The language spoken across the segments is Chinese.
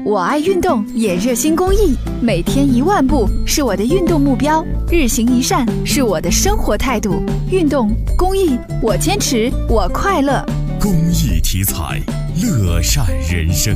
我爱运动，也热心公益，每天1万步是我的运动目标，日行一善是我的生活态度。运动公益，我坚持，我快乐。 公益题材，乐善人生。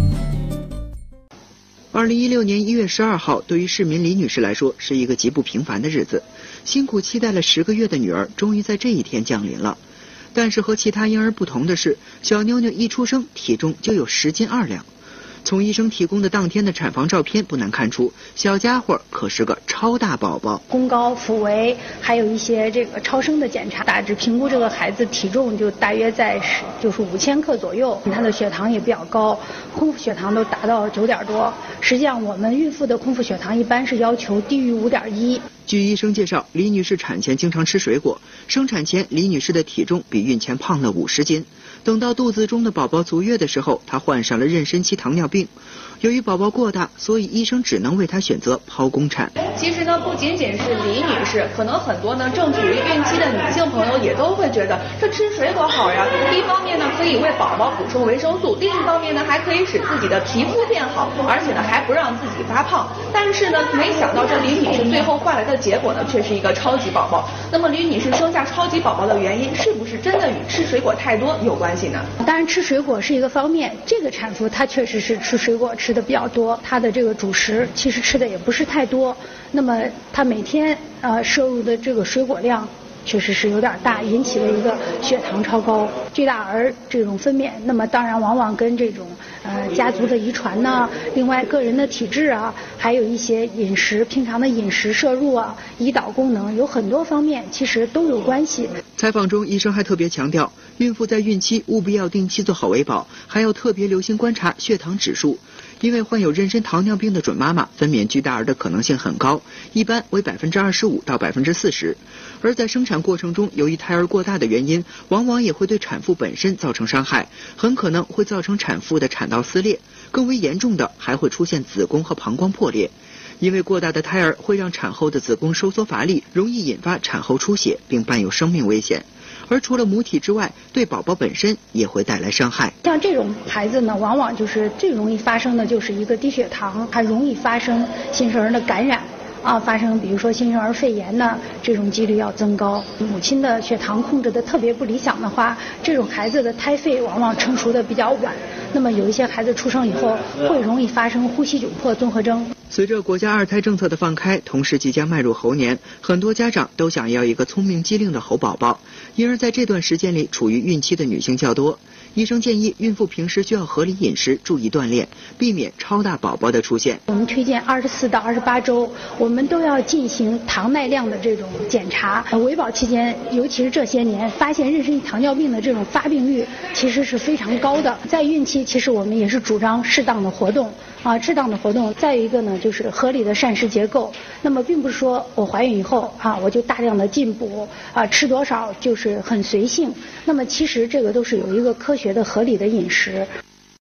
2016年1月12号，对于市民李女士来说是一个极不平凡的日子。辛苦期待了10个月的女儿，终于在这一天降临了。但是和其他婴儿不同的是，小妞妞一出生体重就有10斤2两。从医生提供的当天的产房照片不难看出，小家伙可是个超大宝宝。 宫高、腹围，还有一些这个超声的检查，大致评估这个孩子体重就大约在5000克左右，他的血糖也比较高，空腹血糖都达到9点多。实际上，我们孕妇的空腹血糖一般是要求低于5.1。 据医生介绍，李女士产前经常吃水果，生产前李女士的体重比孕前胖了50斤。等到肚子中的宝宝足月的时候，她患上了妊娠期糖尿病。由于宝宝过大，所以医生只能为她选择剖宫产。 其实呢，不仅仅是李女士，可能很多呢正处于孕期的女性朋友也都会觉得这吃水果好呀。一方面呢可以为宝宝补充维生素，另一方面呢还可以使自己的皮肤变好，而且呢还不让自己发胖。但是呢，没想到这李女士最后换来的结果呢，却是一个超级宝宝。那么李女士生下超级宝宝的原因，是不是真的与吃水果太多有关系呢？ 当然，吃水果是一个方面，这个产妇她确实是吃水果吃的比较多，她的这个主食其实吃的也不是太多。那么她每天摄入的这个水果量确实是有点大，引起了一个血糖超高。巨大儿这种分娩，那么当然往往跟这种家族的遗传呢，另外个人的体质啊，还有一些饮食平常的饮食摄入啊，胰岛功能有很多方面其实都有关系。 采访中，医生还特别强调，孕妇在孕期务必要定期做好维保，还要特别留心观察血糖指数。因为患有妊娠糖尿病的准妈妈分娩巨大儿的可能性很高，一般为25%到40%。而在生产过程中，由于胎儿过大的原因，往往也会对产妇本身造成伤害，很可能会造成产妇的产道撕裂，更为严重的还会出现子宫和膀胱破裂。因为过大的胎儿会让产后的子宫收缩乏力，容易引发产后出血，并伴有生命危险。而除了母体之外，对宝宝本身也会带来伤害。 像这种孩子呢，往往就是最容易发生的就是一个低血糖，还容易发生新生儿的感染发生比如说新生儿肺炎呢，这种几率要增高。母亲的血糖控制的特别不理想的话，这种孩子的胎肺往往成熟的比较晚，那么有一些孩子出生以后会容易发生呼吸窘迫综合征。 随着国家2胎政策的放开，同时即将迈入猴年，很多家长都想要一个聪明机灵的猴宝宝，因而在这段时间里处于孕期的女性较多。医生建议孕妇平时需要合理饮食，注意锻炼，避免超大宝宝的出现。 我们推荐24到28周，我们都要进行糖耐量的这种检查。维保期间，尤其是这些年，发现妊娠糖尿病的这种发病率其实是非常高的。在孕期，其实我们也是主张适当的活动适当的活动。再有一个呢，就是合理的膳食结构。那么并不是说我怀孕以后我就大量的进补吃多少就是很随性。那么其实这个都是有一个科学的合理的饮食。